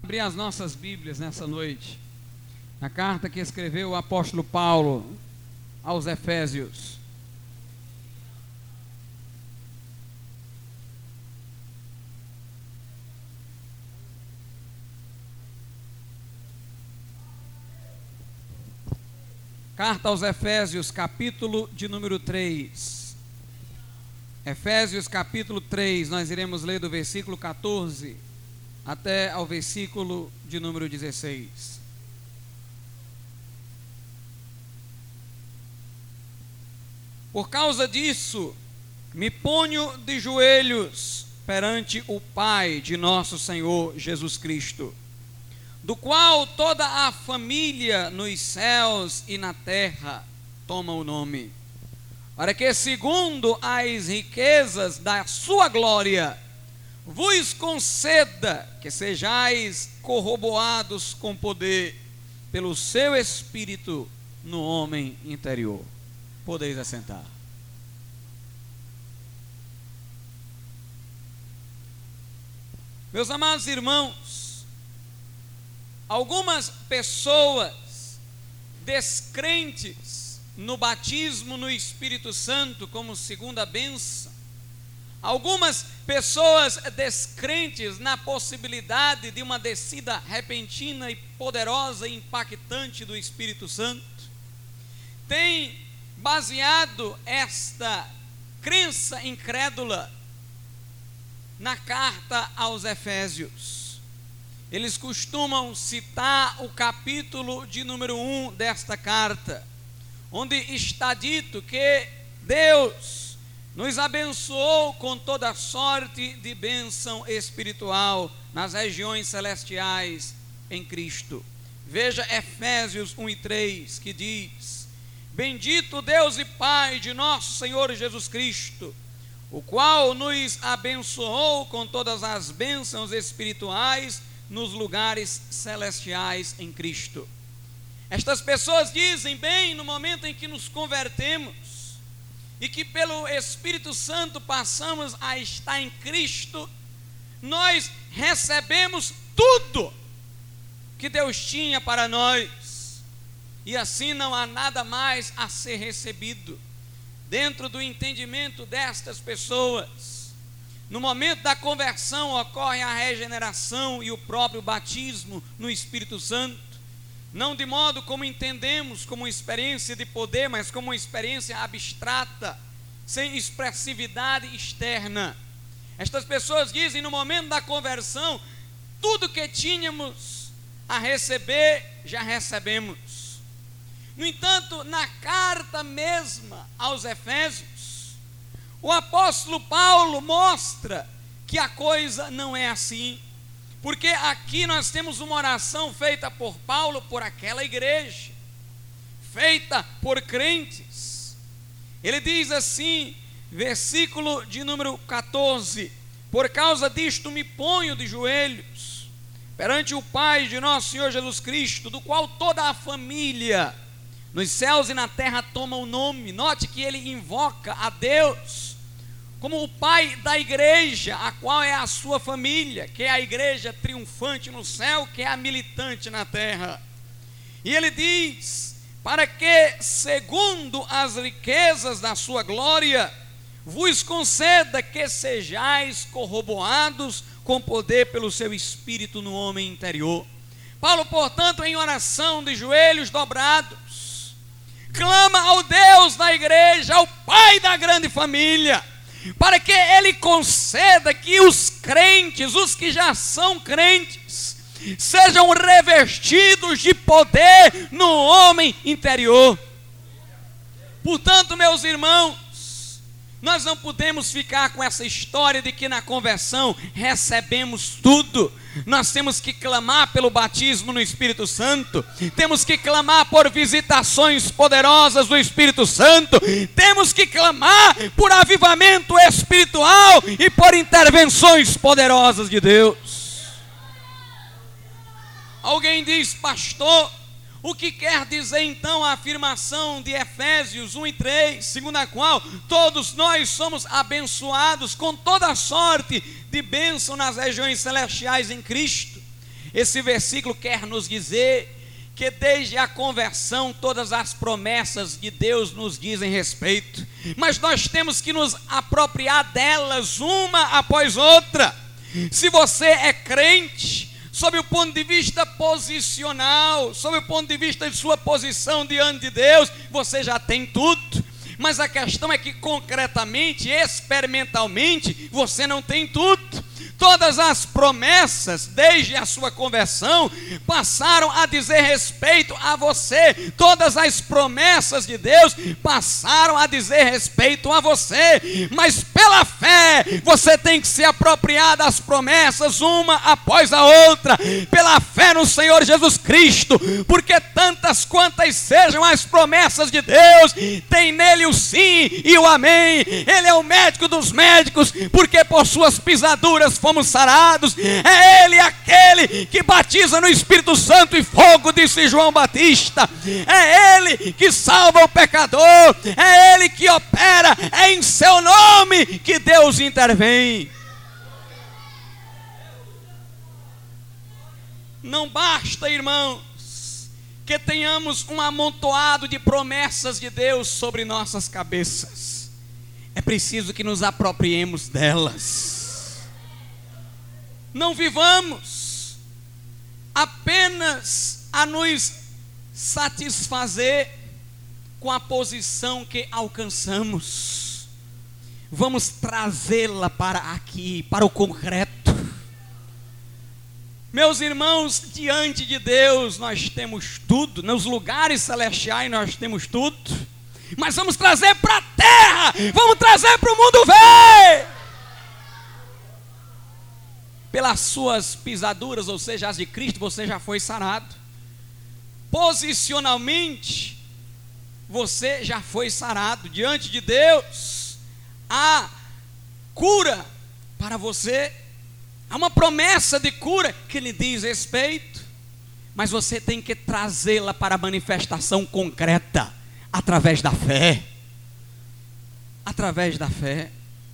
Abrir as nossas Bíblias nessa noite, na carta que escreveu o apóstolo Paulo aos Efésios. Carta aos Efésios, capítulo de número 3. Efésios, capítulo 3, nós iremos ler do versículo 14 até ao versículo de número 16. Por causa disso, me ponho de joelhos perante o Pai de nosso Senhor Jesus Cristo, do qual toda a família nos céus e na terra toma o nome, para que, segundo as riquezas da sua glória, vos conceda que sejais corroborados com poder pelo seu Espírito no homem interior. Podeis assentar. Meus amados irmãos, algumas pessoas descrentes no batismo no Espírito Santo como segunda bênção, algumas pessoas descrentes na possibilidade de uma descida repentina e poderosa e impactante do Espírito Santo, têm baseado esta crença incrédula na carta aos Efésios. Eles costumam citar o capítulo de número 1 desta carta, onde está dito que Deus nos abençoou com toda sorte de bênção espiritual nas regiões celestiais em Cristo. Veja Efésios 1 e 3, que diz: Bendito Deus e Pai de nosso Senhor Jesus Cristo, o qual nos abençoou com todas as bênçãos espirituais nos lugares celestiais em Cristo. Estas pessoas dizem bem, no momento em que nos convertemos e que pelo Espírito Santo passamos a estar em Cristo, nós recebemos tudo que Deus tinha para nós, e assim não há nada mais a ser recebido. Dentro do entendimento destas pessoas, no momento da conversão ocorre a regeneração e o próprio batismo no Espírito Santo, não de modo como entendemos como uma experiência de poder, mas como uma experiência abstrata, sem expressividade externa. Estas pessoas dizem, no momento da conversão, tudo que tínhamos a receber, já recebemos. No entanto, na carta mesma aos Efésios, o apóstolo Paulo mostra que a coisa não é assim, porque aqui nós temos uma oração feita por Paulo por aquela igreja, feita por crentes. Ele diz assim, versículo de número 14: Por causa disto me ponho de joelhos perante o Pai de nosso Senhor Jesus Cristo, do qual toda a família nos céus e na terra toma o nome. Note que ele invoca a Deus como o Pai da igreja, a qual é a sua família, que é a igreja triunfante no céu, que é a militante na terra. E ele diz: para que, segundo as riquezas da sua glória, vos conceda que sejais corroborados com poder pelo seu Espírito no homem interior. Paulo, portanto, em oração de joelhos dobrados, clama ao Deus da igreja, ao Pai da grande família, para que ele conceda que os crentes, os que já são crentes, sejam revestidos de poder no homem interior. Portanto, meus irmãos, nós não podemos ficar com essa história de que na conversão recebemos tudo. Nós temos que clamar pelo batismo no Espírito Santo, temos que clamar por visitações poderosas do Espírito Santo, temos que clamar por avivamento espiritual e por intervenções poderosas de Deus. Alguém diz: pastor, o que quer dizer então a afirmação de Efésios 1 e 3, segundo a qual todos nós somos abençoados com toda sorte de bênção nas regiões celestiais em Cristo? Esse versículo quer nos dizer que desde a conversão todas as promessas de Deus nos dizem respeito, mas nós temos que nos apropriar delas uma após outra. Se você é crente, sob o ponto de vista posicional, sob o ponto de vista de sua posição diante de Deus, você já tem tudo. Mas a questão é que concretamente, experimentalmente, você não tem tudo. Todas as promessas, desde a sua conversão, passaram a dizer respeito a você. Todas as promessas de Deus passaram a dizer respeito a você. Mas pela fé, você tem que se apropriar das promessas uma após a outra. Pela fé no Senhor Jesus Cristo. Porque tantas quantas sejam as promessas de Deus, tem nele o sim e o amém. Ele é o médico dos médicos, porque por suas pisaduras fomos sarados. É Ele aquele que batiza no Espírito Santo e fogo, disse João Batista. É Ele que salva o pecador. É Ele que opera. É em seu nome que Deus intervém. Não basta, irmãos, que tenhamos um amontoado de promessas de Deus sobre nossas cabeças. É preciso que nos apropriemos delas. Não vivamos apenas a nos satisfazer com a posição que alcançamos. Vamos trazê-la para aqui, para o concreto. Meus irmãos, diante de Deus nós temos tudo, nos lugares celestiais nós temos tudo, mas vamos trazer para a terra, vamos trazer para o mundo ver. Pelas suas pisaduras, ou seja, as de Cristo, você já foi sarado. Posicionalmente, você já foi sarado. Diante de Deus, há cura para você. Há uma promessa de cura que lhe diz respeito. Mas você tem que trazê-la para a manifestação concreta, através da fé. Através da fé.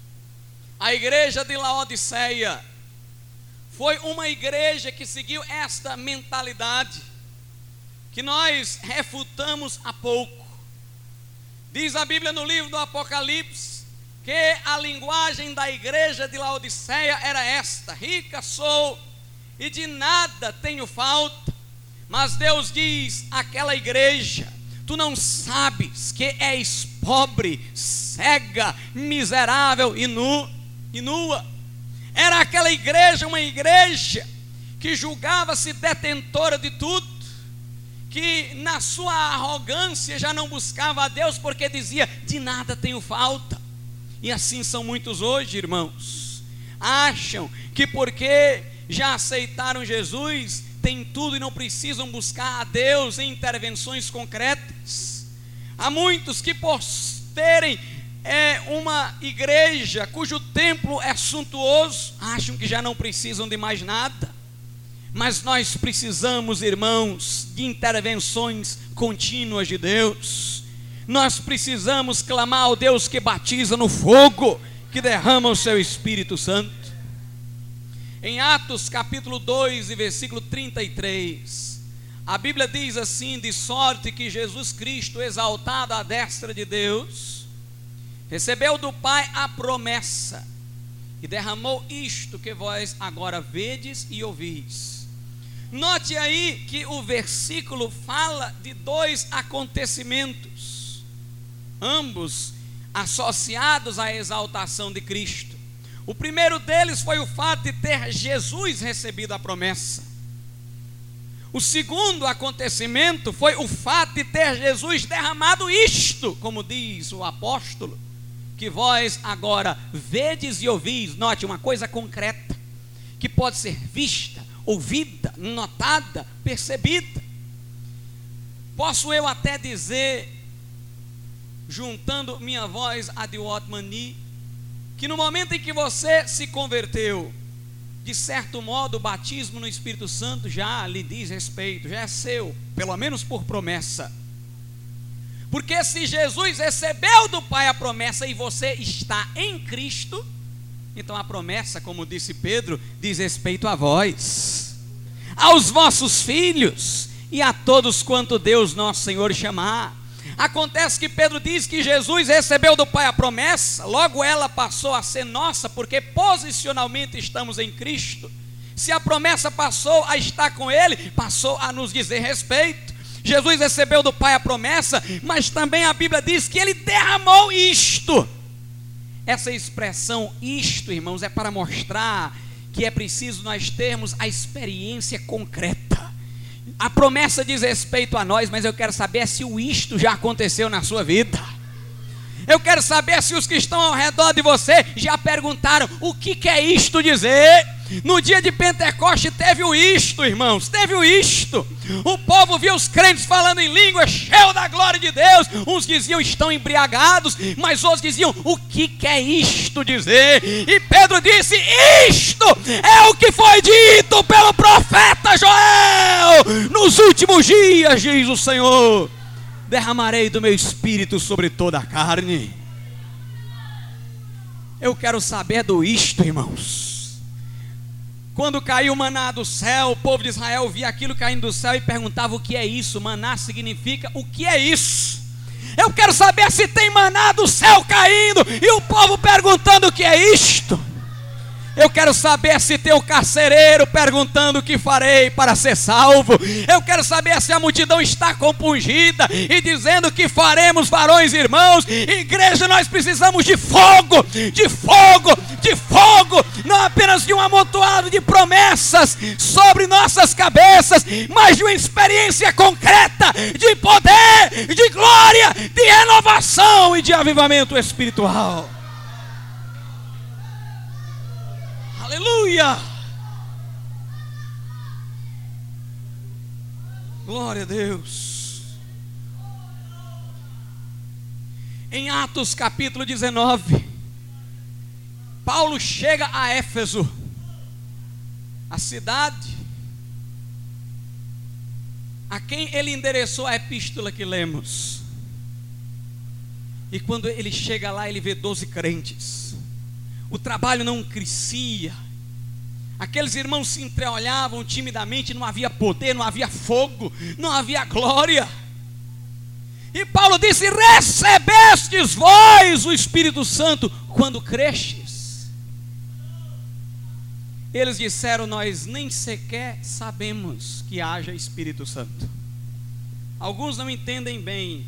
A igreja de Laodiceia foi uma igreja que seguiu esta mentalidade, que nós refutamos há pouco. Diz a Bíblia no livro do Apocalipse, que a linguagem da igreja de Laodiceia era esta: rica sou e de nada tenho falta. Mas Deus diz àquela igreja: tu não sabes que és pobre, cega, miserável e nua. Era aquela igreja uma igreja que julgava-se detentora de tudo, que na sua arrogância já não buscava a Deus, porque dizia: de nada tenho falta. E assim são muitos hoje, irmãos. Acham que porque já aceitaram Jesus, têm tudo e não precisam buscar a Deus em intervenções concretas. Há muitos que, por terem uma igreja cujo templo é suntuoso, acham que já não precisam de mais nada. Mas nós precisamos, irmãos, de intervenções contínuas de Deus. Nós precisamos clamar ao Deus que batiza no fogo, que derrama o seu Espírito Santo. Em Atos capítulo 2 e versículo 33, a Bíblia diz assim: de sorte que Jesus Cristo, exaltado à destra de Deus, recebeu do Pai a promessa e derramou isto que vós agora vedes e ouvis. Note aí que o versículo fala de dois acontecimentos, ambos associados à exaltação de Cristo. O primeiro deles foi o fato de ter Jesus recebido a promessa. O segundo acontecimento foi o fato de ter Jesus derramado isto, como diz o apóstolo, que vós agora vedes e ouvis. Note, uma coisa concreta, que pode ser vista, ouvida, notada, percebida. Posso eu até dizer, juntando minha voz à de Watchman Nee, que no momento em que você se converteu, de certo modo o batismo no Espírito Santo já lhe diz respeito, já é seu, pelo menos por promessa. Porque se Jesus recebeu do Pai a promessa e você está em Cristo, então a promessa, como disse Pedro, diz respeito a vós. aos vossos filhos e a todos quanto Deus nosso Senhor chamar. Acontece que Pedro diz que Jesus recebeu do Pai a promessa, logo ela passou a ser nossa, porque posicionalmente estamos em Cristo. Se a promessa passou a estar com Ele, passou a nos dizer respeito. Jesus recebeu do Pai a promessa, mas também a Bíblia diz que Ele derramou isto. Essa expressão isto, irmãos, é para mostrar que é preciso nós termos a experiência concreta. A promessa diz respeito a nós, mas eu quero saber se o isto já aconteceu na sua vida. Eu quero saber se os que estão ao redor de você já perguntaram: o que é isto dizer? No dia de Pentecoste teve o isto, irmãos, teve o isto. O povo viu os crentes falando em língua, cheio da glória de Deus. Uns diziam: estão embriagados, mas outros diziam: o que é isto dizer? E Pedro disse: isto é o que foi dito pelo profeta Joel: nos últimos dias, diz o Senhor, derramarei do meu espírito sobre toda a carne. Eu quero saber do isto, irmãos. Quando caiu o maná do céu, o povo de Israel via aquilo caindo do céu e perguntava: o que é isso? Maná significa: o que é isso? Eu quero saber se tem maná do céu caindo e o povo perguntando: o que é isto? Eu quero saber se tem o carcereiro perguntando: o que farei para ser salvo? Eu quero saber se a multidão está compungida e dizendo: que faremos, varões e irmãos? Igreja, nós precisamos de fogo, de fogo, de fogo, não apenas de um amontoado de promessas sobre nossas cabeças, mas de uma experiência concreta de poder, de glória, de renovação e de avivamento espiritual. Aleluia! Glória a Deus. Em Atos capítulo 19, Paulo chega a Éfeso, a cidade a quem ele endereçou a epístola que lemos. E quando ele chega lá, ele vê 12 crentes. O trabalho não crescia. Aqueles irmãos se entreolhavam timidamente, não havia poder, não havia fogo, não havia glória. E Paulo disse: recebestes vós o Espírito Santo quando crestes? Eles disseram: nós nem sequer sabemos que haja Espírito Santo. Alguns não entendem bem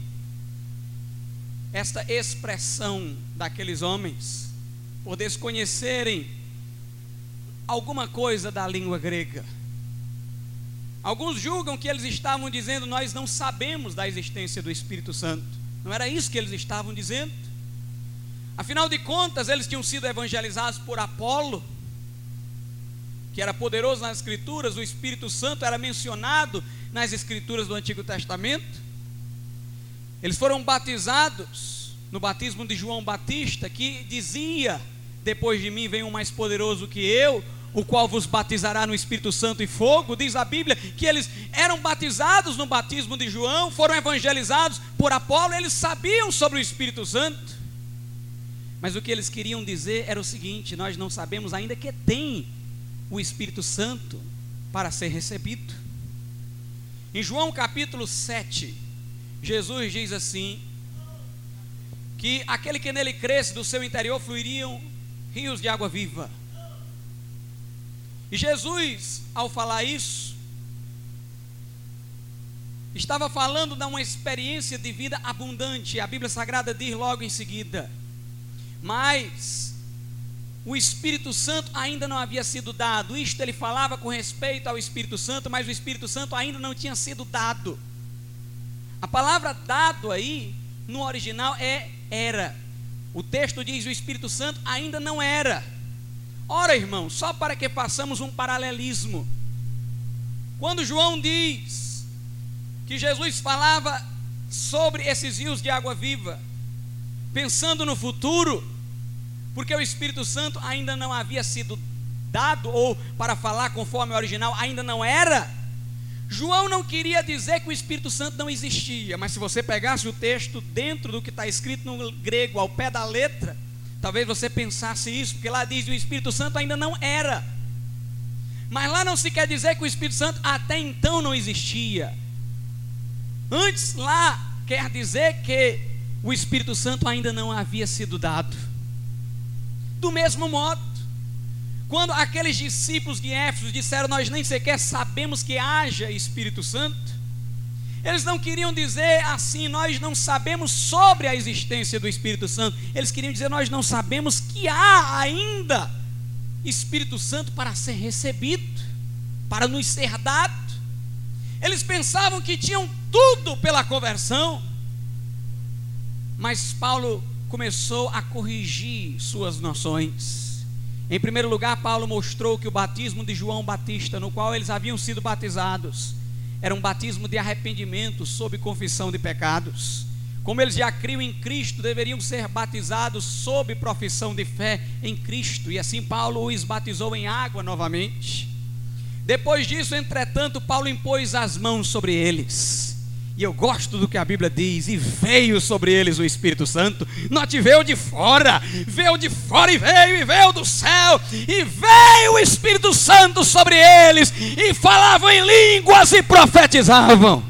esta expressão daqueles homens, por desconhecerem alguma coisa da língua grega. Alguns julgam que eles estavam dizendo: nós não sabemos da existência do Espírito Santo. Não era isso que eles estavam dizendo. Afinal de contas, eles tinham sido evangelizados por Apolo, que era poderoso nas Escrituras. O Espírito Santo era mencionado nas Escrituras do Antigo Testamento. Eles foram batizados no batismo de João Batista, que dizia: depois de mim vem um mais poderoso que eu, o qual vos batizará no Espírito Santo e fogo. Diz a Bíblia que eles eram batizados no batismo de João, foram evangelizados por Apolo. Eles sabiam sobre o Espírito Santo, mas o que eles queriam dizer era o seguinte: nós não sabemos ainda que tem o Espírito Santo para ser recebido. Em João capítulo 7, Jesus diz assim: que aquele que nele cresce, do seu interior fluiriam rios de água viva. E Jesus, ao falar isso, estava falando de uma experiência de vida abundante. A Bíblia Sagrada diz logo em seguida: mas o Espírito Santo ainda não havia sido dado. Isto ele falava com respeito ao Espírito Santo, mas o Espírito Santo ainda não tinha sido dado. A palavra dado aí, no original, é era. O texto diz: o Espírito Santo ainda não era. Ora, irmão, só para que façamos um paralelismo, quando João diz que Jesus falava sobre esses rios de água viva, pensando no futuro, porque o Espírito Santo ainda não havia sido dado, ou para falar conforme o original, ainda não era. João não queria dizer que o Espírito Santo não existia, mas se você pegasse o texto dentro do que está escrito no grego, ao pé da letra, talvez você pensasse isso, porque lá diz que o Espírito Santo ainda não era. Mas lá não se quer dizer que o Espírito Santo até então não existia. Antes lá quer dizer que o Espírito Santo ainda não havia sido dado. Do mesmo modo, quando aqueles discípulos de Éfeso disseram: nós nem sequer sabemos que haja Espírito Santo, eles não queriam dizer assim: nós não sabemos sobre a existência do Espírito Santo. Eles queriam dizer: nós não sabemos que há ainda Espírito Santo para ser recebido, para nos ser dado. Eles pensavam que tinham tudo pela conversão. Mas Paulo começou a corrigir suas noções. Em primeiro lugar, Paulo mostrou que o batismo de João Batista, no qual eles haviam sido batizados, era um batismo de arrependimento sob confissão de pecados. Como eles já criam em Cristo, deveriam ser batizados sob profissão de fé em Cristo. E assim Paulo os batizou em água novamente. Depois disso, entretanto, Paulo impôs as mãos sobre eles. E eu gosto do que a Bíblia diz: e veio sobre eles o Espírito Santo. Note, veio de fora e veio do céu. E veio o Espírito Santo sobre eles, e falavam em línguas e profetizavam.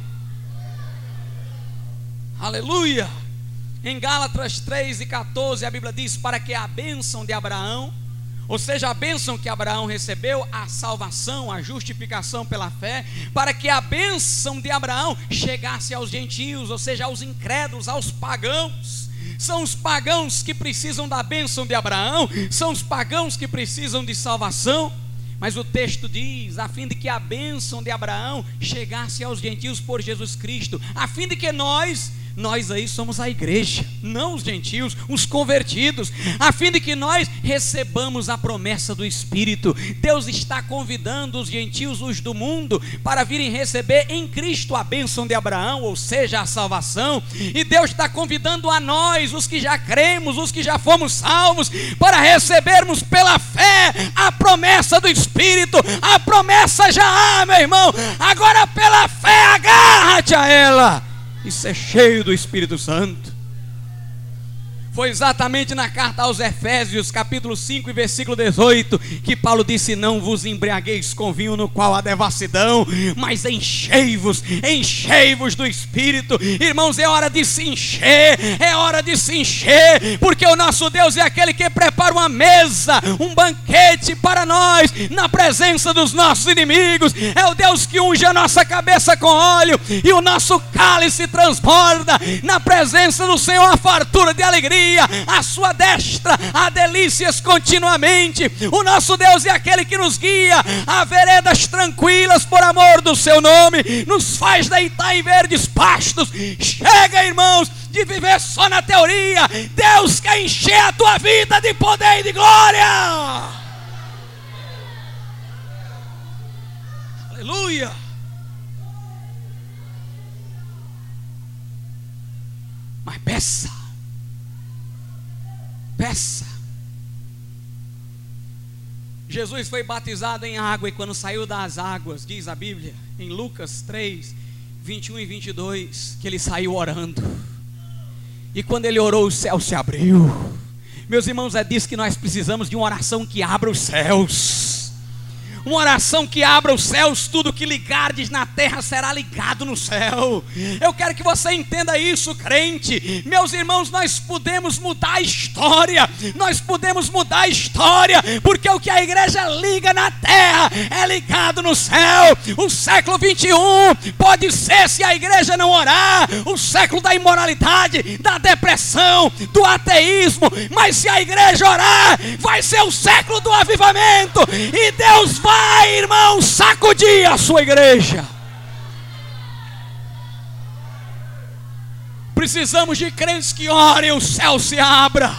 Aleluia. Em Gálatas 3:14 a Bíblia diz: para que a bênção de Abraão, ou seja, a bênção que Abraão recebeu, a salvação, a justificação pela fé, para que a bênção de Abraão chegasse aos gentios, ou seja, aos incrédulos, aos pagãos. São os pagãos que precisam da bênção de Abraão, são os pagãos que precisam de salvação. Mas o texto diz: a fim de que a bênção de Abraão chegasse aos gentios por Jesus Cristo, a fim de que nós aí somos a igreja, não os gentios, os convertidos, a fim de que nós recebamos a promessa do Espírito. Deus está convidando os gentios, os do mundo, para virem receber em Cristo a bênção de Abraão, ou seja, a salvação. E Deus está convidando a nós, os que já cremos, os que já fomos salvos, para recebermos pela fé a promessa do Espírito. A promessa já há, meu irmão, agora pela fé agarra-te a ela e ser cheio do Espírito Santo. Foi exatamente na carta aos Efésios, capítulo 5 e versículo 18, que Paulo disse: não vos embriagueis com vinho no qual há devassidão, mas enchei-vos do Espírito. Irmãos, é hora de se encher, porque o nosso Deus é aquele que prepara uma mesa, um banquete para nós, na presença dos nossos inimigos. É o Deus que unge a nossa cabeça com óleo, e o nosso cálice transborda. Na presença do Senhor a fartura de alegria, a sua destra há delícias continuamente. O nosso Deus é aquele que nos guia a veredas tranquilas por amor do seu nome, nos faz deitar em verdes pastos. Chega, irmãos, de viver só na teoria. Deus quer encher a tua vida de poder e de glória. Aleluia. Mas peça. Jesus foi batizado em água, e quando saiu das águas, diz a Bíblia em Lucas 3, 21 e 22, que ele saiu orando. E quando ele orou, o céu se abriu. Meus irmãos, é disso que nós precisamos, de uma oração que abra os céus. Uma oração que abra os céus. Tudo que ligardes na terra será ligado no céu. Eu quero que você entenda isso, crente. Meus irmãos, nós podemos mudar a história. Porque o que a igreja liga na terra é ligado no céu. O século 21 pode ser, se a igreja não orar, o século da imoralidade, da depressão, do ateísmo. Mas se a igreja orar, vai ser o século do avivamento. E Deus vai, irmão, sacudir a sua igreja. Precisamos de crentes que orem, o céu se abra.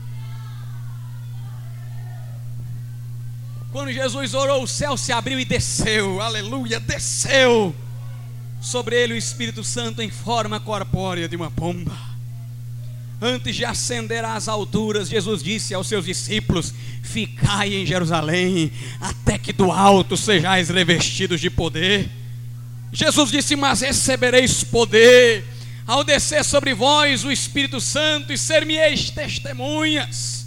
Quando Jesus orou, o céu se abriu e desceu, aleluia, desceu sobre ele o Espírito Santo em forma corpórea de uma pomba. Antes de ascender às alturas, Jesus disse aos seus discípulos: ficai em Jerusalém, até que do alto sejais revestidos de poder. Jesus disse: mas recebereis poder ao descer sobre vós o Espírito Santo, e ser-me-eis testemunhas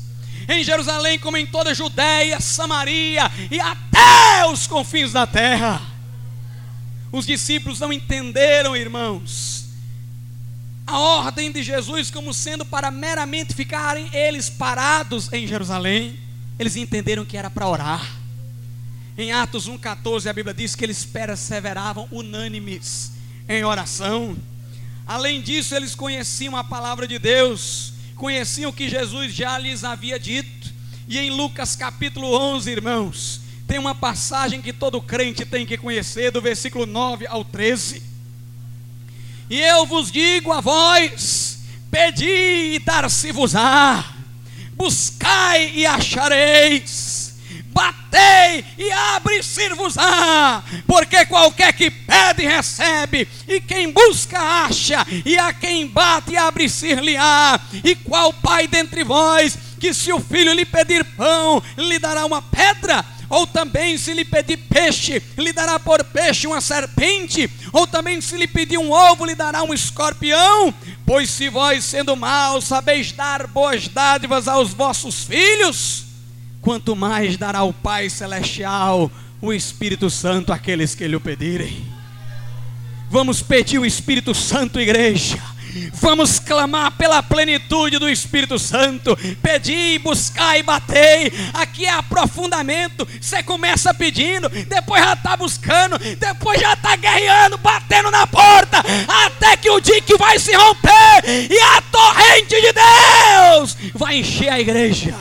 em Jerusalém como em toda a Judéia, Samaria e até os confins da terra. Os discípulos não entenderam, irmãos, a ordem de Jesus como sendo para meramente ficarem eles parados em Jerusalém. Eles entenderam que era para orar. Em Atos 1,14 a Bíblia diz que eles perseveravam unânimes em oração. Além disso, eles conheciam a palavra de Deus, conheciam o que Jesus já lhes havia dito. E em Lucas capítulo 11, irmãos, tem uma passagem que todo crente tem que conhecer, do versículo 9 ao 13. E eu vos digo a vós: pedi e dar-se-vos-á, buscai e achareis, batei e abre-se-vos-á, porque qualquer que pede recebe, e quem busca acha, e a quem bate abre-se-lhe-á. E qual pai dentre vós, que se o filho lhe pedir pão, lhe dará uma pedra? Ou também se lhe pedir peixe, lhe dará por peixe uma serpente? Ou também se lhe pedir um ovo, lhe dará um escorpião? Pois se vós, sendo maus, sabeis dar boas dádivas aos vossos filhos, quanto mais dará o Pai Celestial o Espírito Santo àqueles que lhe o pedirem. Vamos pedir o Espírito Santo, igreja. Vamos clamar pela plenitude do Espírito Santo. Pedi, buscar e batei. Aqui é aprofundamento. Você começa pedindo, depois já está buscando, depois já está guerreando, batendo na porta, até que o dique vai se romper e a torrente de Deus vai encher a igreja.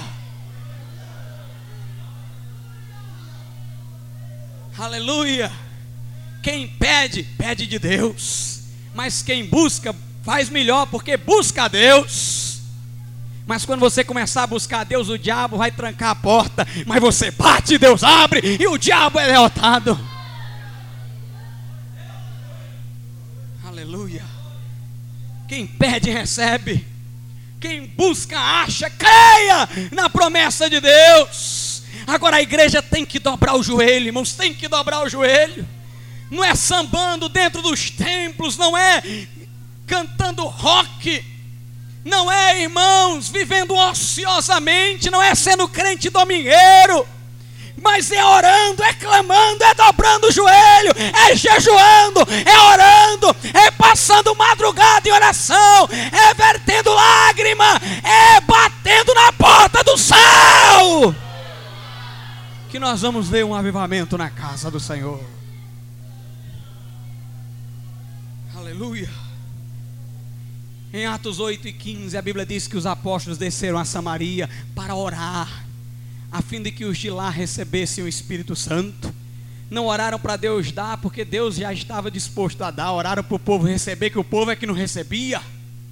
Aleluia. Quem pede, pede de Deus. Mas quem busca, faz melhor, porque busca a Deus. Mas quando você começar a buscar a Deus, o diabo vai trancar a porta. Mas você bate, Deus abre, e o diabo é derrotado. Aleluia. Quem pede, recebe. Quem busca, acha. Creia na promessa de Deus. Agora a igreja tem que dobrar o joelho, irmãos, tem que dobrar o joelho. Não é sambando dentro dos templos, não é cantando rock, não é, irmãos, vivendo ociosamente, não é sendo crente domingueiro, mas é orando, é clamando, é dobrando o joelho, é jejuando, é orando, é passando madrugada em oração, é vertendo lágrima, é batendo na porta do céu, que nós vamos ver um avivamento na casa do Senhor. Aleluia. Em Atos 8:15 a Bíblia diz que os apóstolos desceram a Samaria para orar, a fim de que os de lá recebessem o Espírito Santo. Não oraram para Deus dar, porque Deus já estava disposto a dar. Oraram para o povo receber, que o povo é que não recebia.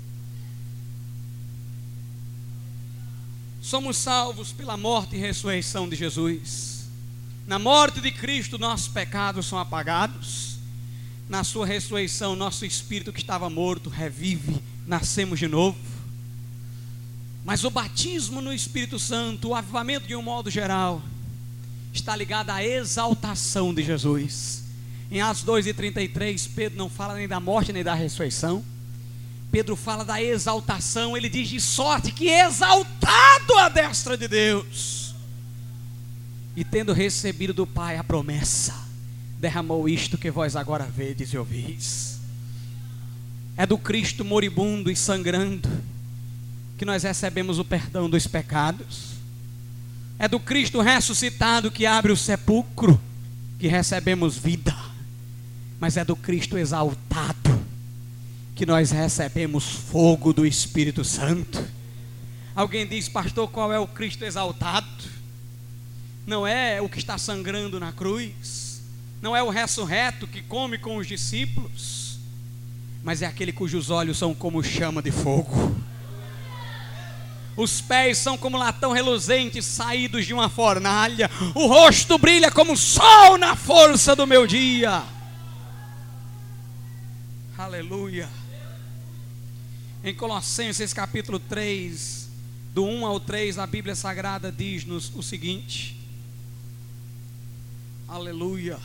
Somos salvos pela morte e ressurreição de Jesus. Na morte de Cristo nossos pecados são apagados. Na sua ressurreição nosso espírito que estava morto revive, nascemos de novo. Mas o batismo no Espírito Santo, o avivamento de um modo geral, está ligado à exaltação de Jesus. Em Atos 2:33, Pedro não fala nem da morte nem da ressurreição. Pedro fala da exaltação. Ele diz: de sorte que exaltado à destra de Deus, e tendo recebido do Pai a promessa, derramou isto que vós agora vedes e ouvis. É do Cristo moribundo e sangrando que nós recebemos o perdão dos pecados. É do Cristo ressuscitado que abre o sepulcro que recebemos vida. Mas é do Cristo exaltado que nós recebemos fogo do Espírito Santo. Alguém diz: pastor, qual é o Cristo exaltado? Não é o que está sangrando na cruz, não é o ressurreto que come com os discípulos, mas é aquele cujos olhos são como chama de fogo, os pés são como latão reluzente saídos de uma fornalha, o rosto brilha como o sol na força do meu dia. Aleluia. Em Colossenses capítulo 3, do 1 ao 3, a Bíblia Sagrada diz-nos o seguinte. Aleluia.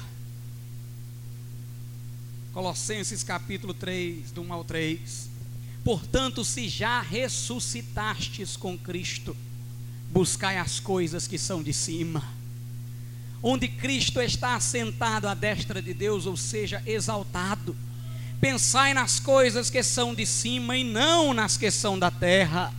Colossenses capítulo 3, do 1 ao 3. Portanto, se já ressuscitastes com Cristo, buscai as coisas que são de cima, onde Cristo está assentado à destra de Deus, ou seja, exaltado. Pensai nas coisas que são de cima e não nas que são da terra,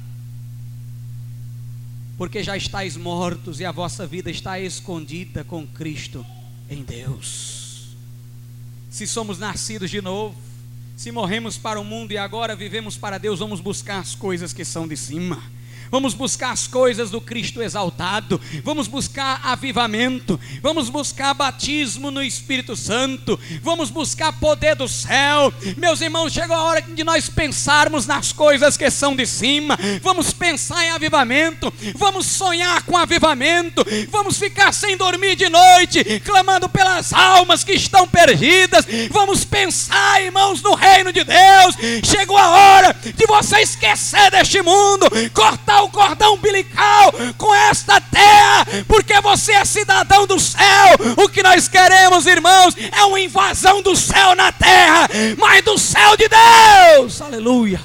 porque já estáis mortos e a vossa vida está escondida com Cristo em Deus. Se somos nascidos de novo, se morremos para o mundo e agora vivemos para Deus, vamos buscar as coisas que são de cima. Vamos buscar as coisas do Cristo exaltado, vamos buscar avivamento, vamos buscar batismo no Espírito Santo, vamos buscar poder do céu. Meus irmãos, chegou a hora de nós pensarmos nas coisas que são de cima, vamos pensar em avivamento, vamos sonhar com avivamento, vamos ficar sem dormir de noite, clamando pelas almas que estão perdidas, vamos pensar, irmãos, no reino de Deus. Chegou a hora de você esquecer deste mundo, cortar o cordão umbilical com esta terra, porque você é cidadão do céu. O que nós queremos, irmãos, é uma invasão do céu na terra, mas do céu de Deus. Aleluia.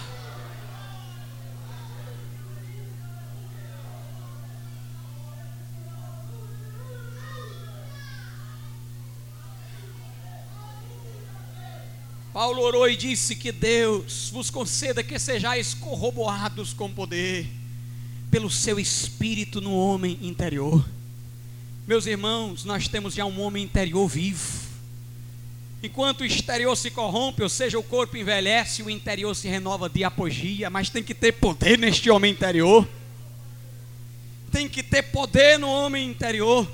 Paulo orou e disse que Deus vos conceda que sejais corroborados com poder pelo seu Espírito no homem interior. Meus irmãos, nós temos já um homem interior vivo. Enquanto o exterior se corrompe, ou seja, o corpo envelhece, o interior se renova dia após dia, mas tem que ter poder neste homem interior. Tem que ter poder no homem interior.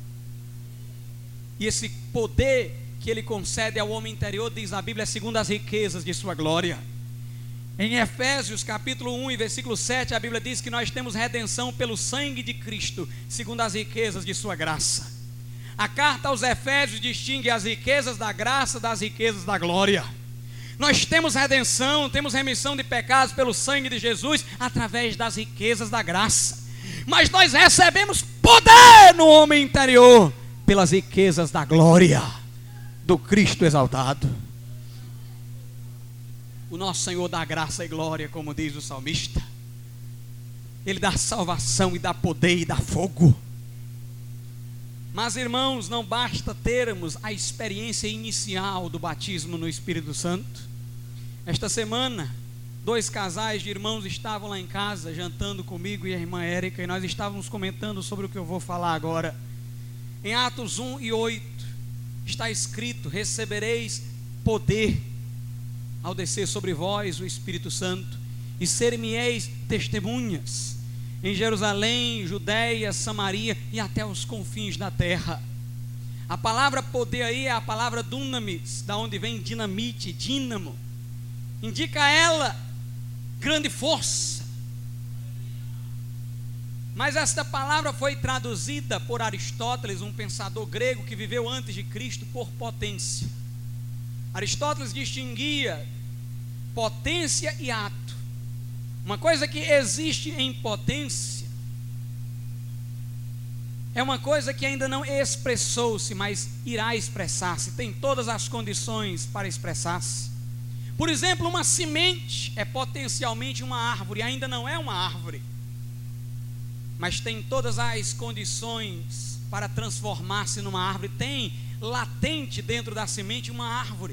E esse poder que ele concede ao homem interior, diz a Bíblia, é segundo as riquezas de sua glória. Em Efésios capítulo 1 e versículo 7, a Bíblia diz que nós temos redenção pelo sangue de Cristo, segundo as riquezas de sua graça. A carta aos Efésios distingue as riquezas da graça das riquezas da glória. Nós temos redenção, temos remissão de pecados pelo sangue de Jesus, através das riquezas da graça. Mas nós recebemos poder no homem interior, pelas riquezas da glória do Cristo exaltado. O nosso Senhor dá graça e glória, como diz o salmista. Ele dá salvação e dá poder e dá fogo. Mas, irmãos, não basta termos a experiência inicial do batismo no Espírito Santo. Esta semana, 2 casais de irmãos estavam lá em casa jantando comigo e a irmã Érica, e nós estávamos comentando sobre o que eu vou falar agora. Em Atos 1 e 8 está escrito: recebereis poder ao descer sobre vós o Espírito Santo, e ser-me-eis testemunhas em Jerusalém, Judeia, Samaria e até os confins da terra. A palavra poder aí é a palavra dunamis, da onde vem dinamite, dínamo. Indica ela grande força. Mas esta palavra foi traduzida por Aristóteles, um pensador grego que viveu antes de Cristo, por potência. Aristóteles distinguia potência e ato. Uma coisa que existe em potência é uma coisa que ainda não expressou-se, mas irá expressar-se, tem todas as condições para expressar-se. Por exemplo, uma semente é potencialmente uma árvore, ainda não é uma árvore, mas tem todas as condições para transformar-se numa árvore. Tem latente dentro da semente uma árvore.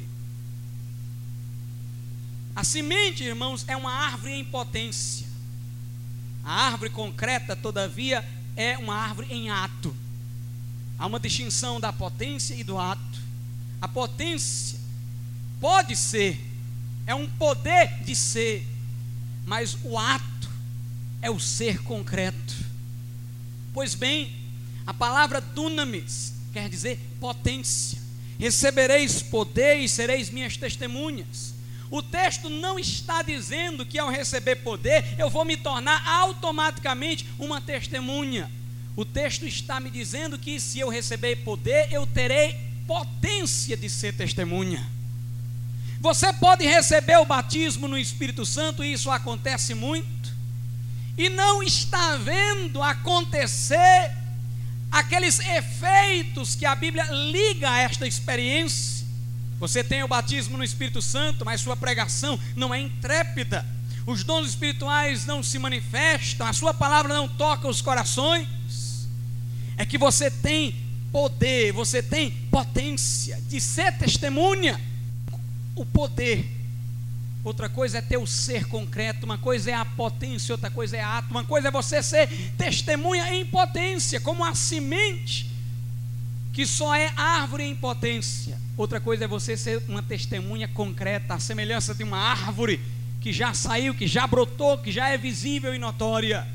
A semente, irmãos, é uma árvore em potência. A árvore concreta, todavia, é uma árvore em ato. Há uma distinção da potência e do ato. A potência pode ser, é um poder de ser, mas o ato é o ser concreto. Pois bem, a palavra dunamis quer dizer potência. Recebereis poder e sereis minhas testemunhas. O texto não está dizendo que ao receber poder eu vou me tornar automaticamente uma testemunha. O texto está me dizendo que se eu receber poder, eu terei potência de ser testemunha. Você pode receber o batismo no Espírito Santo, e isso acontece muito, e não está vendo acontecer aqueles efeitos que a Bíblia liga a esta experiência. Você tem o batismo no Espírito Santo, mas sua pregação não é intrépida. os dons espirituais não se manifestam, a sua palavra não toca os corações, é que você tem poder, você tem potência de ser testemunha. O poder, outra coisa é ter o ser concreto, uma coisa é a potência, outra coisa é ato. Uma coisa é você ser testemunha em potência, como a semente que só é árvore em potência. Outra coisa é você ser uma testemunha concreta, a semelhança de uma árvore que já saiu, que já brotou, que já é visível e notória.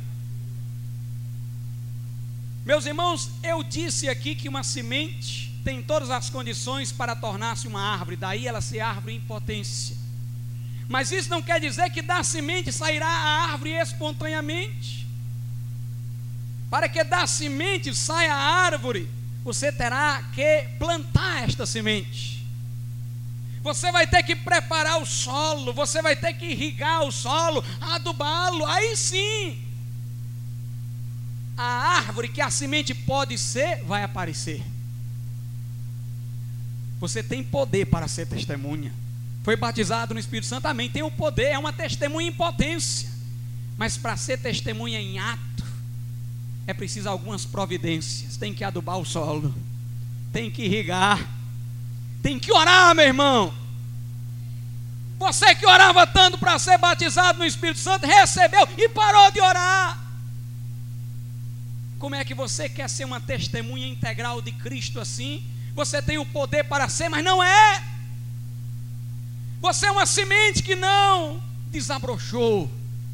Meus irmãos, eu disse aqui que uma semente tem todas as condições para tornar-se uma árvore, daí ela ser árvore em potência. Mas isso não quer dizer que da semente sairá a árvore espontaneamente. Para que da semente saia a árvore, você terá que plantar esta semente. Você vai ter que preparar o solo, você vai ter que irrigar o solo, adubá-lo, aí sim a árvore que a semente pode ser, vai aparecer. Você tem poder para ser testemunha. Foi batizado no Espírito Santo, amém, tem o poder, é uma testemunha em potência. Mas para ser testemunha em ato, é preciso algumas providências. Tem que adubar o solo, tem que irrigar, tem que orar, meu irmão. Você que orava tanto para ser batizado no Espírito Santo, recebeu e parou de orar. Como é que você quer ser uma testemunha integral de Cristo assim? Você tem o poder para ser, mas não é. Você é uma semente que não desabrochou.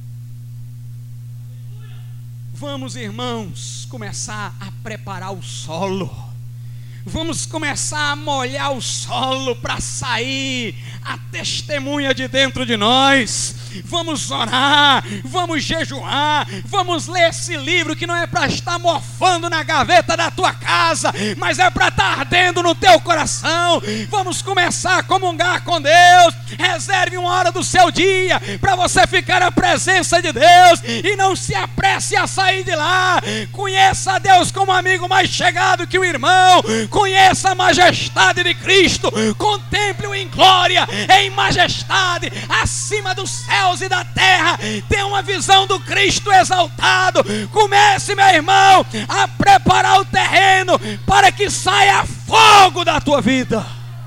Vamos, irmãos, começar a preparar o solo. Vamos começar a molhar o solo para sair a testemunha de dentro de nós. Vamos orar, vamos jejuar, vamos ler esse livro que não é para estar mofando na gaveta da tua casa, mas é para estar ardendo no teu coração. Vamos começar a comungar com Deus. Reserve uma hora do seu dia para você ficar na presença de Deus e não se apresse a sair de lá. Conheça a Deus como amigo mais chegado que o irmão. Conheça a majestade de Cristo. Contemple-o em glória, em majestade, acima dos céus e da terra. Tenha uma visão do Cristo exaltado. Comece, meu irmão, a preparar o terreno para que saia fogo da tua vida.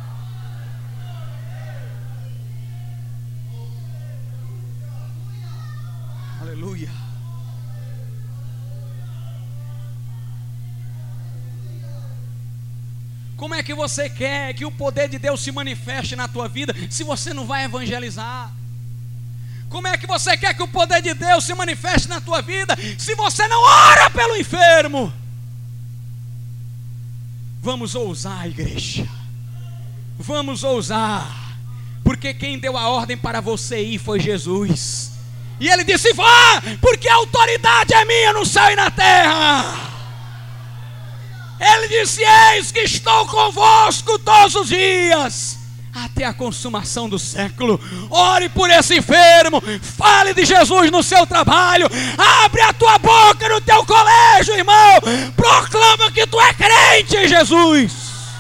Aleluia. Como é que você quer que o poder de Deus se manifeste na tua vida se você não vai evangelizar? Como é que você quer que o poder de Deus se manifeste na tua vida se você não ora pelo enfermo? Vamos ousar, igreja. Vamos ousar. Porque quem deu a ordem para você ir foi Jesus. E ele disse: vá, porque a autoridade é minha no céu e na terra. Ele disse: eis que estou convosco todos os dias, até a consumação do século. Ore por esse enfermo, fale de Jesus no seu trabalho, abre a tua boca no teu colégio, irmão, proclama que tu é crente em Jesus.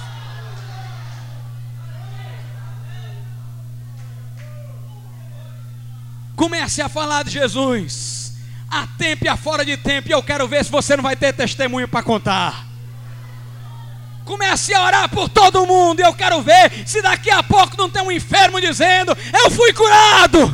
Comece a falar de Jesus, a tempo e a fora de tempo, e eu quero ver se você não vai ter testemunho para contar. Comece a orar por todo mundo, e eu quero ver se daqui a pouco não tem um enfermo dizendo: eu fui curado.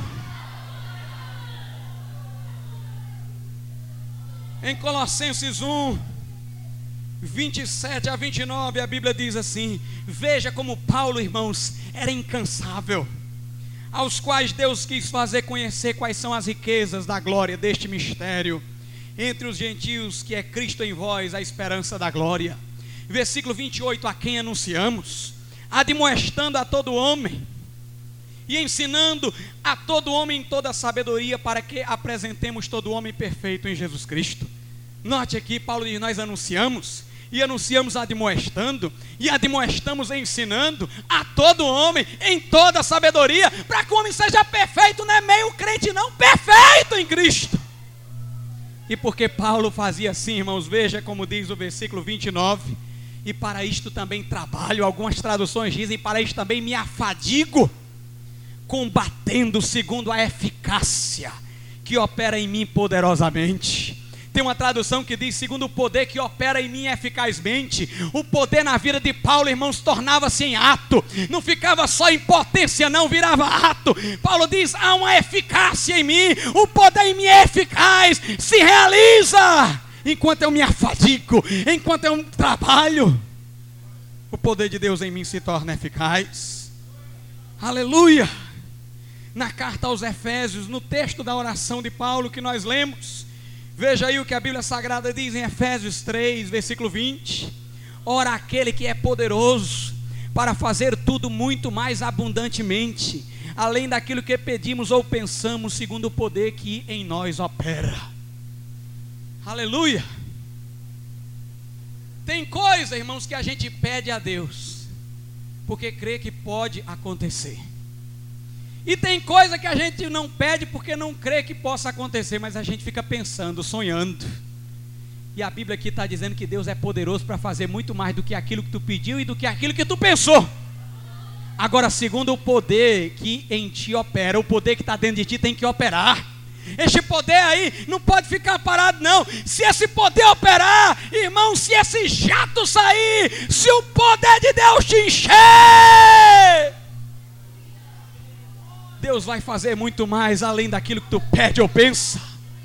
Em Colossenses 1, 27 a 29, a Bíblia diz assim: veja como Paulo, irmãos, era incansável, aos quais Deus quis fazer conhecer quais são as riquezas da glória deste mistério entre os gentios, que é Cristo em vós, a esperança da glória. Versículo 28, a quem anunciamos, admoestando a todo homem e ensinando a todo homem em toda sabedoria, para que apresentemos todo homem perfeito em Jesus Cristo. Note aqui, Paulo diz: nós anunciamos, e anunciamos admoestando, e admoestamos ensinando a todo homem em toda sabedoria, para que o homem seja perfeito, não é meio crente não, perfeito em Cristo. E porque Paulo fazia assim, irmãos, veja como diz o versículo 29, e para isto também trabalho. Algumas traduções dizem: para isto também me afadigo, combatendo segundo a eficácia que opera em mim poderosamente. Tem uma tradução que diz, segundo o poder que opera em mim eficazmente. O poder na vida de Paulo, irmãos, tornava-se em ato. Não ficava só em potência, não, virava ato. Paulo diz, há uma eficácia em mim. O poder em mim é eficaz, se realiza. Enquanto eu me afadigo, enquanto eu trabalho, o poder de Deus em mim se torna eficaz. Aleluia! Na carta aos Efésios, no texto da oração de Paulo que nós lemos, veja aí o que a Bíblia Sagrada diz em Efésios 3, versículo 20. Ora, aquele que é poderoso para fazer tudo muito mais abundantemente, além daquilo que pedimos ou pensamos, segundo o poder que em nós opera. Aleluia! Tem coisa, irmãos, que a gente pede a Deus porque crê que pode acontecer. E tem coisa que a gente não pede porque não crê que possa acontecer, mas a gente fica pensando, sonhando. E a Bíblia aqui está dizendo que Deus é poderoso para fazer muito mais do que aquilo que tu pediu e do que aquilo que tu pensou. Agora, segundo o poder que em ti opera, o poder que está dentro de ti tem que operar. Este poder aí não pode ficar parado, não. Se esse poder operar, irmão, se esse jato sair, se o poder de Deus te encher, Deus vai fazer muito mais além daquilo que tu pede ou pensa.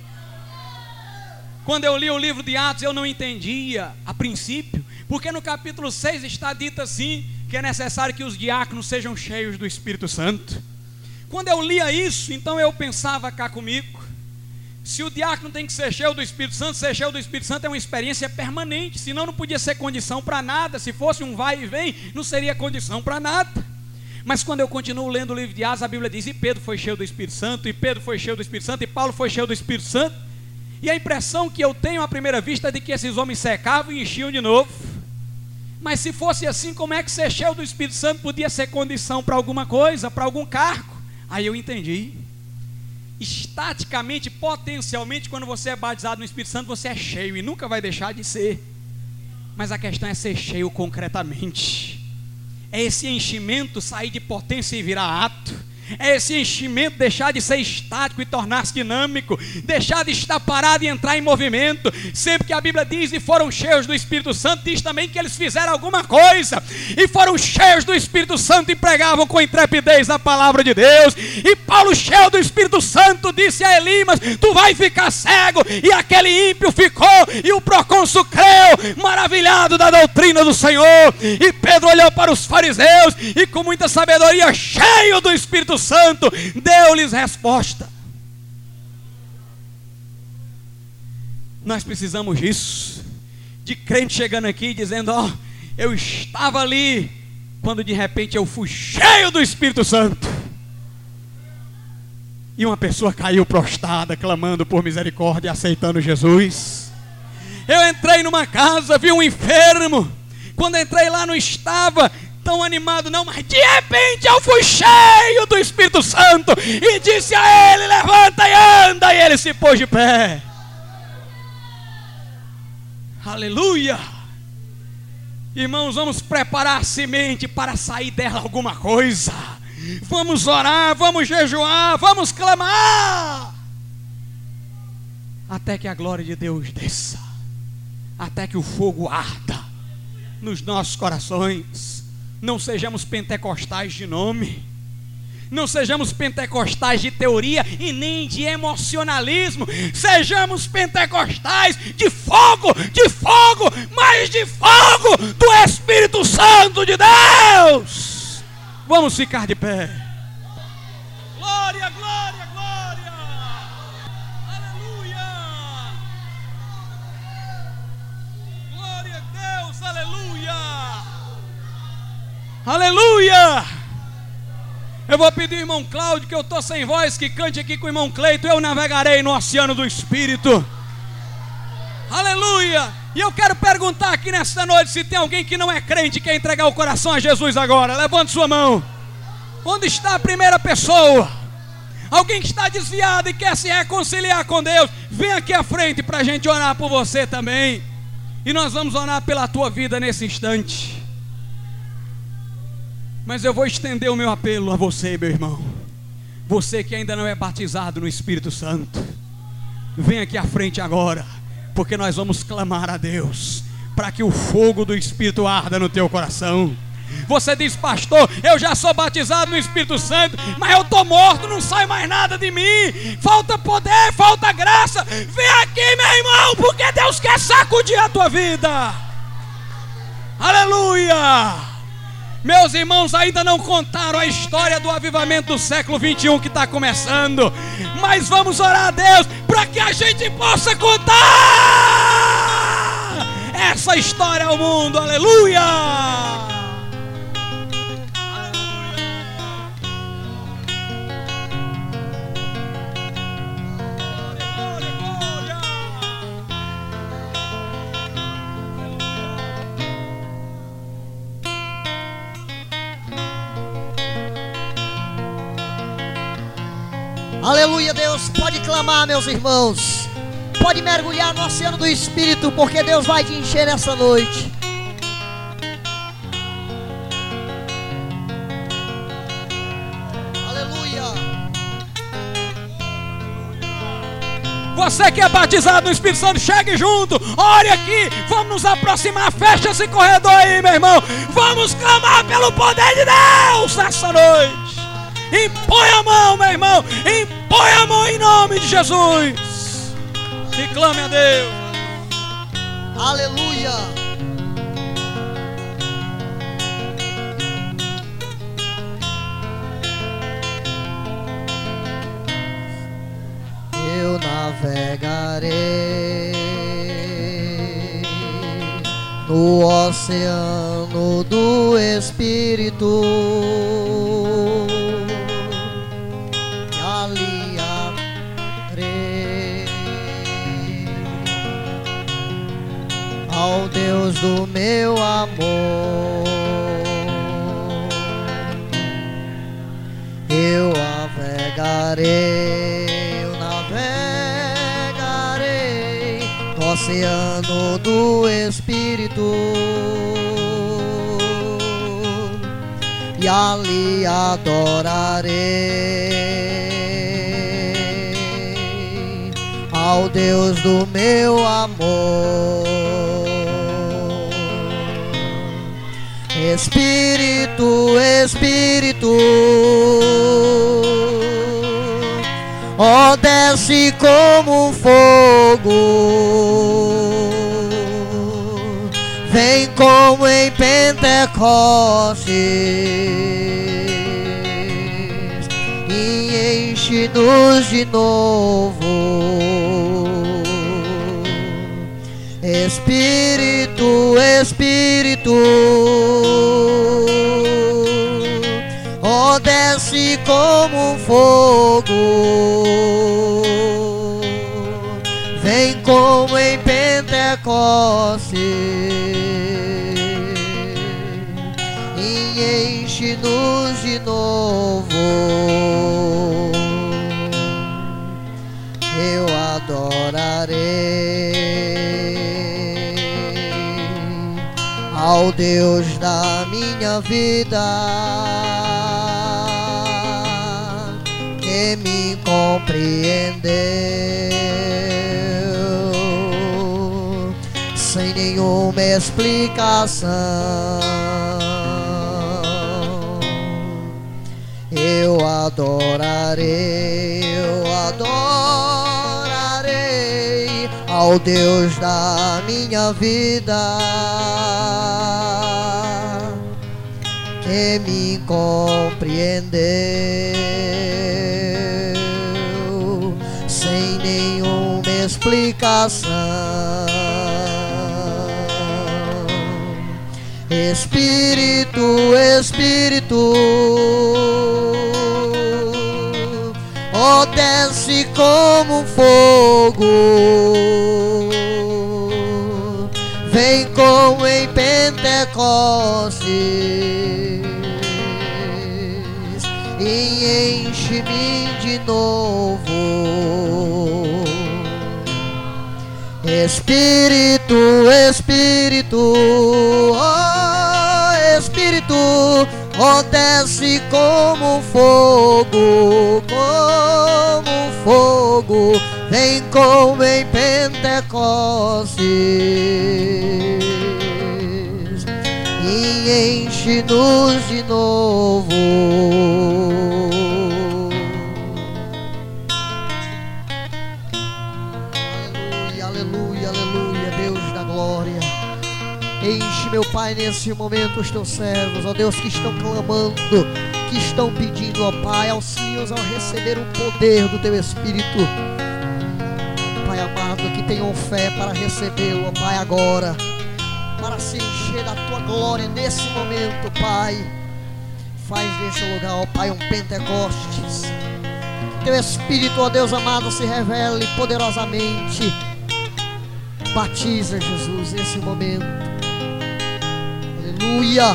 Quando eu li o livro de Atos, eu não entendia a princípio, porque no capítulo 6 está dito assim, que é necessário que os diáconos sejam cheios do Espírito Santo. Quando eu lia isso, então eu pensava cá comigo, se o diácono tem que ser cheio do Espírito Santo, ser cheio do Espírito Santo é uma experiência permanente, senão não podia ser condição para nada. Se fosse um vai e vem, não seria condição para nada. Mas quando eu continuo lendo o livro de Atos, a Bíblia diz, e Pedro foi cheio do Espírito Santo, e Pedro foi cheio do Espírito Santo, e Paulo foi cheio do Espírito Santo. E a impressão que eu tenho à primeira vista é de que esses homens secavam e enchiam de novo. Mas se fosse assim, como é que ser cheio do Espírito Santo podia ser condição para alguma coisa, para algum cargo? Aí eu entendi. Estaticamente, potencialmente, quando você é batizado no Espírito Santo, você é cheio e nunca vai deixar de ser. Mas a questão é ser cheio concretamente. É esse enchimento sair de potência e virar ato. É esse enchimento deixar de ser estático e tornar-se dinâmico, deixar de estar parado e entrar em movimento. Sempre que a Bíblia diz, e foram cheios do Espírito Santo, diz também que eles fizeram alguma coisa, e foram cheios do Espírito Santo e pregavam com intrepidez a palavra de Deus. E Paulo, cheio do Espírito Santo, disse a Elimas, tu vai ficar cego, e aquele ímpio ficou, e o procônsul creu, maravilhado da doutrina do Senhor. E Pedro olhou para os fariseus, e com muita sabedoria, cheio do Espírito Santo, deu-lhes resposta. Nós precisamos disso, de crente chegando aqui dizendo, ó, eu estava ali, quando de repente eu fui cheio do Espírito Santo, e uma pessoa caiu prostrada, clamando por misericórdia e aceitando Jesus. Eu entrei numa casa, vi um enfermo, quando entrei lá não estava tão animado não, mas de repente eu fui cheio do Espírito Santo e disse a ele, levanta e anda, e ele se pôs de pé. Aleluia! Irmãos, vamos preparar a semente para sair dela alguma coisa. Vamos orar, vamos jejuar, vamos clamar, até que a glória de Deus desça, até que o fogo arda nos nossos corações. Não sejamos pentecostais de nome, não sejamos pentecostais de teoria e nem de emocionalismo. Sejamos pentecostais de fogo, mas de fogo do Espírito Santo de Deus. Vamos ficar de pé. Glória, glória, glória. Aleluia. Glória a Deus, aleluia. Aleluia! Eu vou pedir ao irmão Cláudio, que eu estou sem voz, que cante aqui com o irmão Cleito. Eu navegarei no oceano do Espírito. Aleluia! E eu quero perguntar aqui nesta noite, se tem alguém que não é crente e quer entregar o coração a Jesus agora. Levante sua mão. Onde está a primeira pessoa? Alguém que está desviado e quer se reconciliar com Deus, vem aqui à frente para a gente orar por você também. E nós vamos orar pela tua vida nesse instante. Mas eu vou estender o meu apelo a você, meu irmão. Você que ainda não é batizado no Espírito Santo, vem aqui à frente agora, porque nós vamos clamar a Deus para que o fogo do Espírito arda no teu coração. Você diz: pastor, eu já sou batizado no Espírito Santo, mas eu estou morto, não sai mais nada de mim, falta poder, falta graça. Vem aqui, meu irmão, porque Deus quer sacudir a tua vida. Aleluia! Meus irmãos ainda não contaram a história do avivamento do século 21 que está começando, mas vamos orar a Deus para que a gente possa contar essa história ao mundo. Aleluia! Aleluia, Deus, pode clamar, meus irmãos. Pode mergulhar no oceano do Espírito, porque Deus vai te encher nessa noite. Aleluia. Você que é batizado no Espírito Santo, chegue junto, ore aqui, vamos nos aproximar, fecha esse corredor aí, meu irmão. Vamos clamar pelo poder de Deus nessa noite. Impõe a mão, meu irmão, impõe a mão em nome de Jesus e clame a Deus. Aleluia. Eu navegarei no oceano do Espírito, ali abrei ao Deus do meu amor. Eu navegarei no oceano do Espírito, e ali adorarei ao Deus do meu amor. Espírito, Espírito, ó, desce como um fogo, vem como em Pentecostes e enche-nos de novo. Espírito, Espírito, ó, desce como um fogo, vem como em Pentecostes e enche-nos de novo. Eu adorarei ao Deus da minha vida, que me compreendeu sem nenhuma explicação. Eu adorarei ao Deus da minha vida, que me compreendeu sem nenhuma explicação. Espírito, Espírito, ó, desce como um fogo, vem como em Pentecostes e enche-me de novo. Espírito, Espírito, ó, Espírito, ó, desce como um fogo, como em Pentecostes, e enche-nos de novo. Aleluia, aleluia, aleluia, Deus da glória. Enche, meu Pai, nesse momento os teus servos, ó Deus, que estão clamando, que estão pedindo, ó Pai, auxílios ao receber o poder do teu Espírito. Pai amado, que tenham fé para recebê-lo, ó Pai, agora, para se encher da tua glória nesse momento, Pai. Faz desse lugar, ó Pai, um Pentecostes. Que teu Espírito, ó Deus amado, se revele poderosamente. Batiza, Jesus, nesse momento. Aleluia.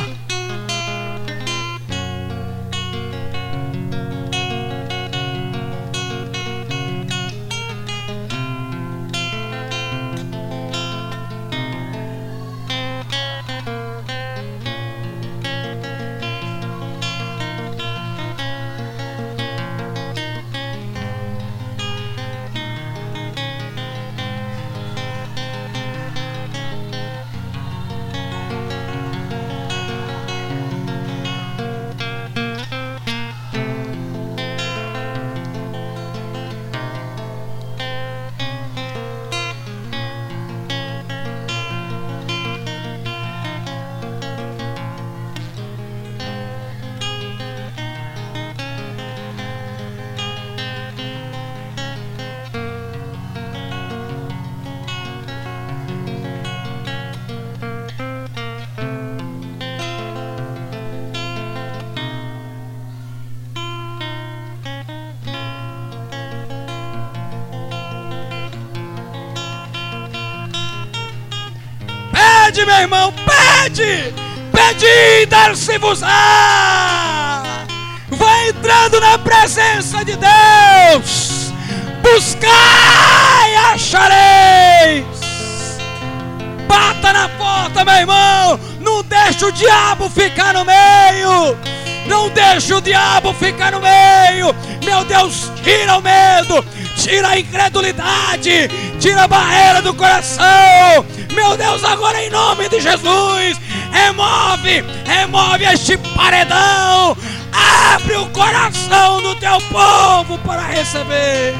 Pede, meu irmão, pede! Pedi, dar-se-vos-á! Vai entrando na presença de Deus! Buscai, achareis! Bata na porta, meu irmão! Não deixa o diabo ficar no meio! Não deixa o diabo ficar no meio! Meu Deus, tira o medo! Tira a incredulidade! Tira a barreira do coração! Meu Deus, agora em nome de Jesus, remove este paredão, abre o coração do teu povo para receber.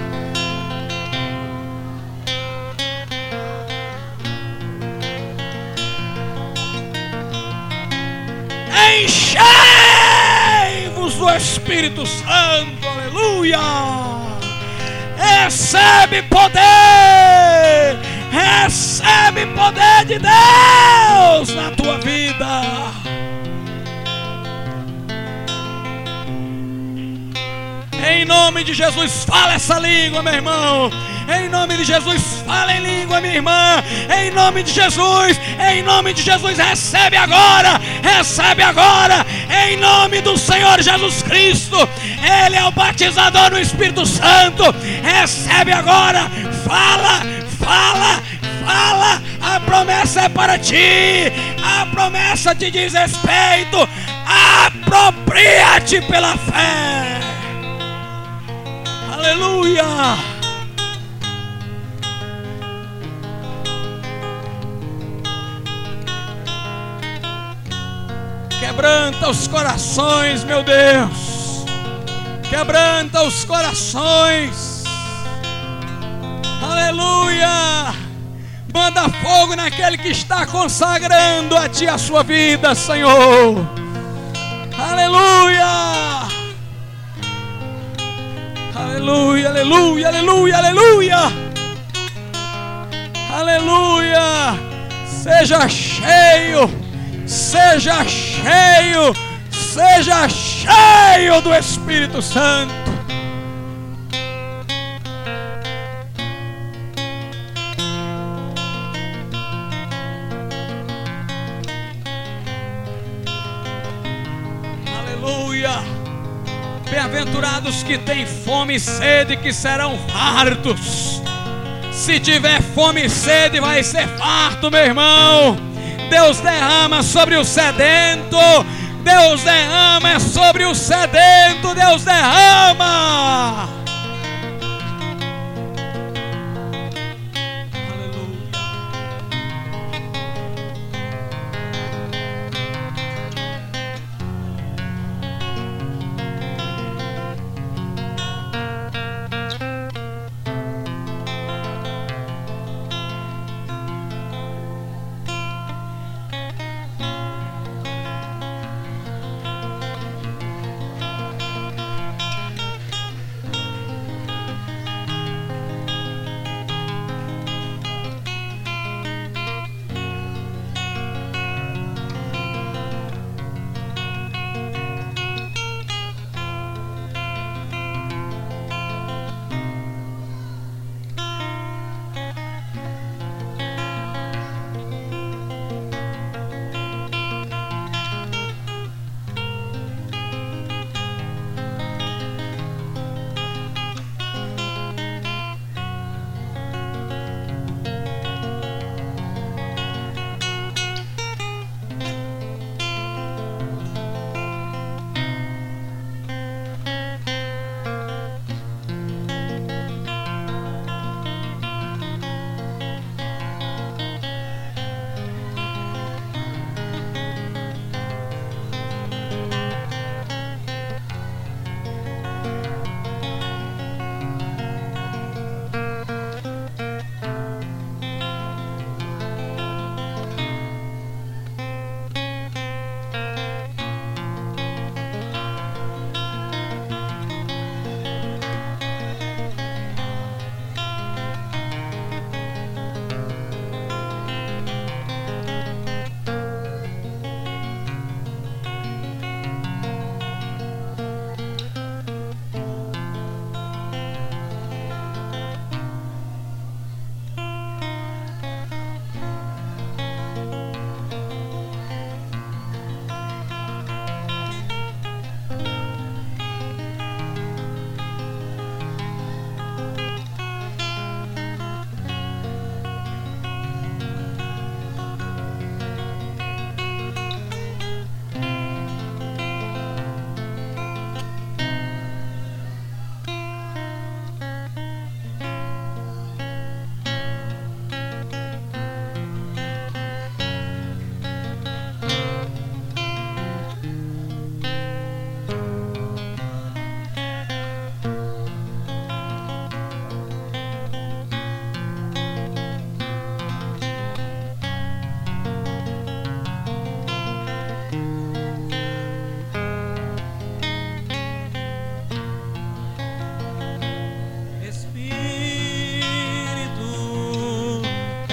Enchei-vos do Espírito Santo, aleluia! Recebe poder! Recebe poder de Deus na tua vida. Em nome de Jesus, fala essa língua, meu irmão. Em nome de Jesus, fala em língua, minha irmã. Em nome de Jesus, recebe agora. Recebe agora. Em nome do Senhor Jesus Cristo. Ele é o batizador no Espírito Santo. Recebe agora. Fala. A promessa é para ti. A promessa te diz respeito. Apropria-te pela fé. Aleluia. Quebranta os corações, meu Deus. Quebranta os corações. Aleluia. Manda fogo naquele que está consagrando a ti a sua vida, Senhor. Aleluia. Aleluia, aleluia, aleluia, aleluia. Aleluia. Seja cheio, seja cheio, seja cheio do Espírito Santo. Bem-aventurados que têm fome e sede, que serão fartos. Se tiver fome e sede, vai ser farto, meu irmão. Deus derrama sobre o sedento. Deus derrama sobre o sedento. Deus derrama.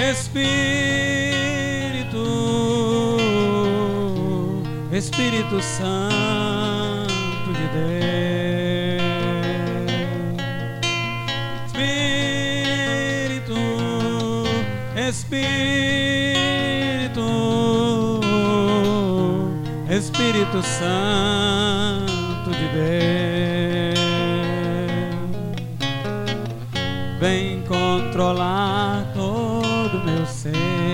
Espírito Santo de Deus, Espírito Santo de Deus, vem controlar todo meu ser,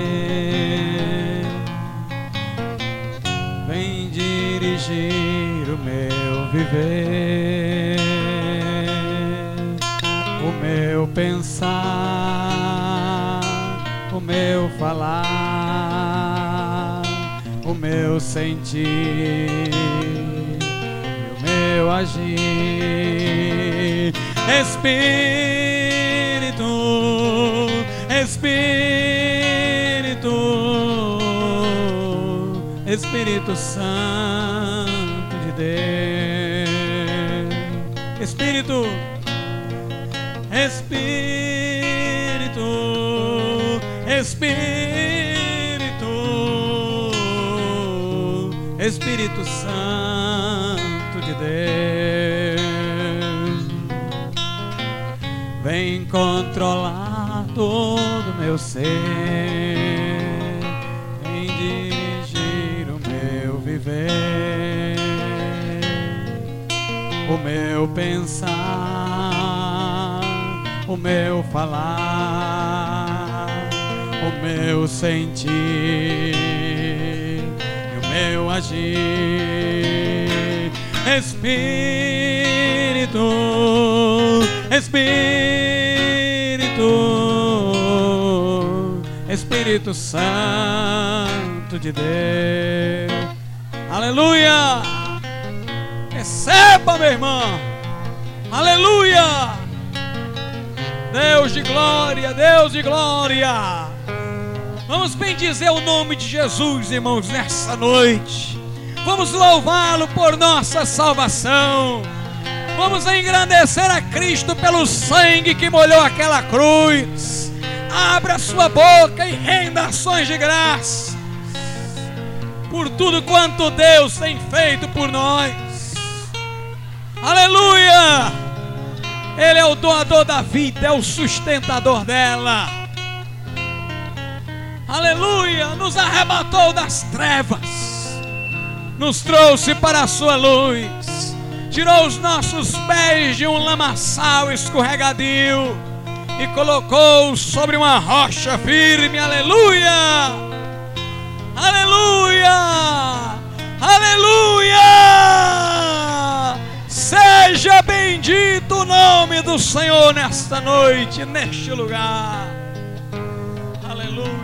vem dirigir o meu viver, o meu pensar, o meu falar, o meu sentir e o meu agir. Espírito Santo de Deus, Espírito Santo de Deus, vem controlar todo meu ser, vem dirigir o meu viver, o meu pensar, o meu falar, o meu sentir e o meu agir. Espírito Santo de Deus, aleluia. Receba, meu irmão, aleluia. Deus de glória, Deus de glória. Vamos bendizer o nome de Jesus, irmãos, nessa noite. Vamos louvá-lo por nossa salvação. Vamos engrandecer a Cristo pelo sangue que molhou aquela cruz. Abra sua boca e renda ações de graça por tudo quanto Deus tem feito por nós. Aleluia! Ele é o doador da vida, é o sustentador dela. Aleluia! Nos arrebatou das trevas, nos trouxe para a sua luz, tirou os nossos pés de um lamaçal escorregadio e colocou sobre uma rocha firme. Aleluia! Aleluia! Aleluia! Seja bendito o nome do Senhor nesta noite, neste lugar. Aleluia!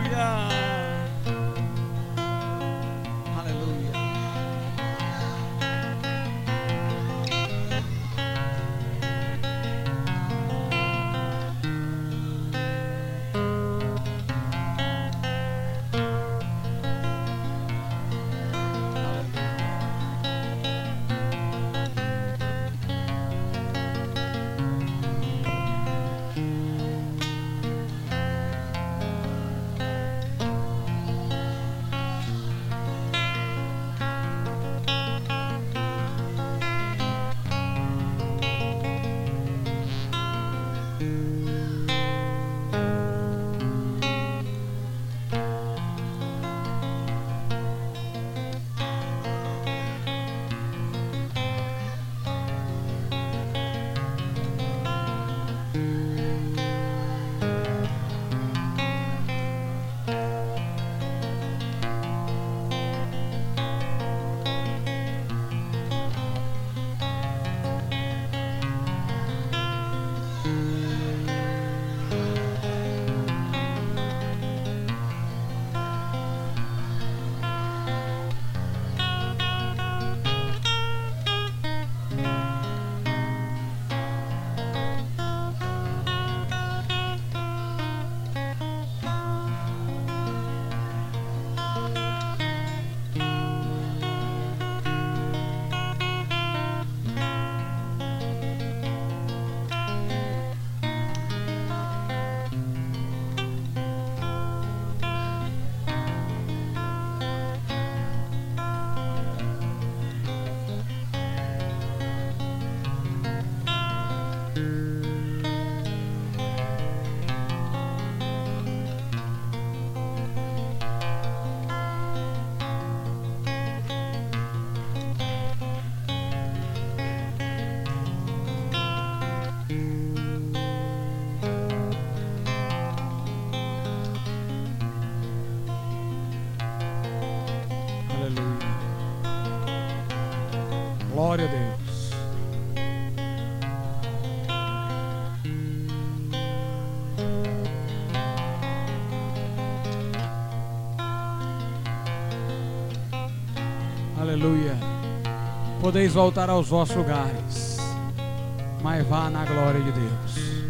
Deus. Aleluia. Podeis voltar aos vossos lugares, mas vá na glória de Deus.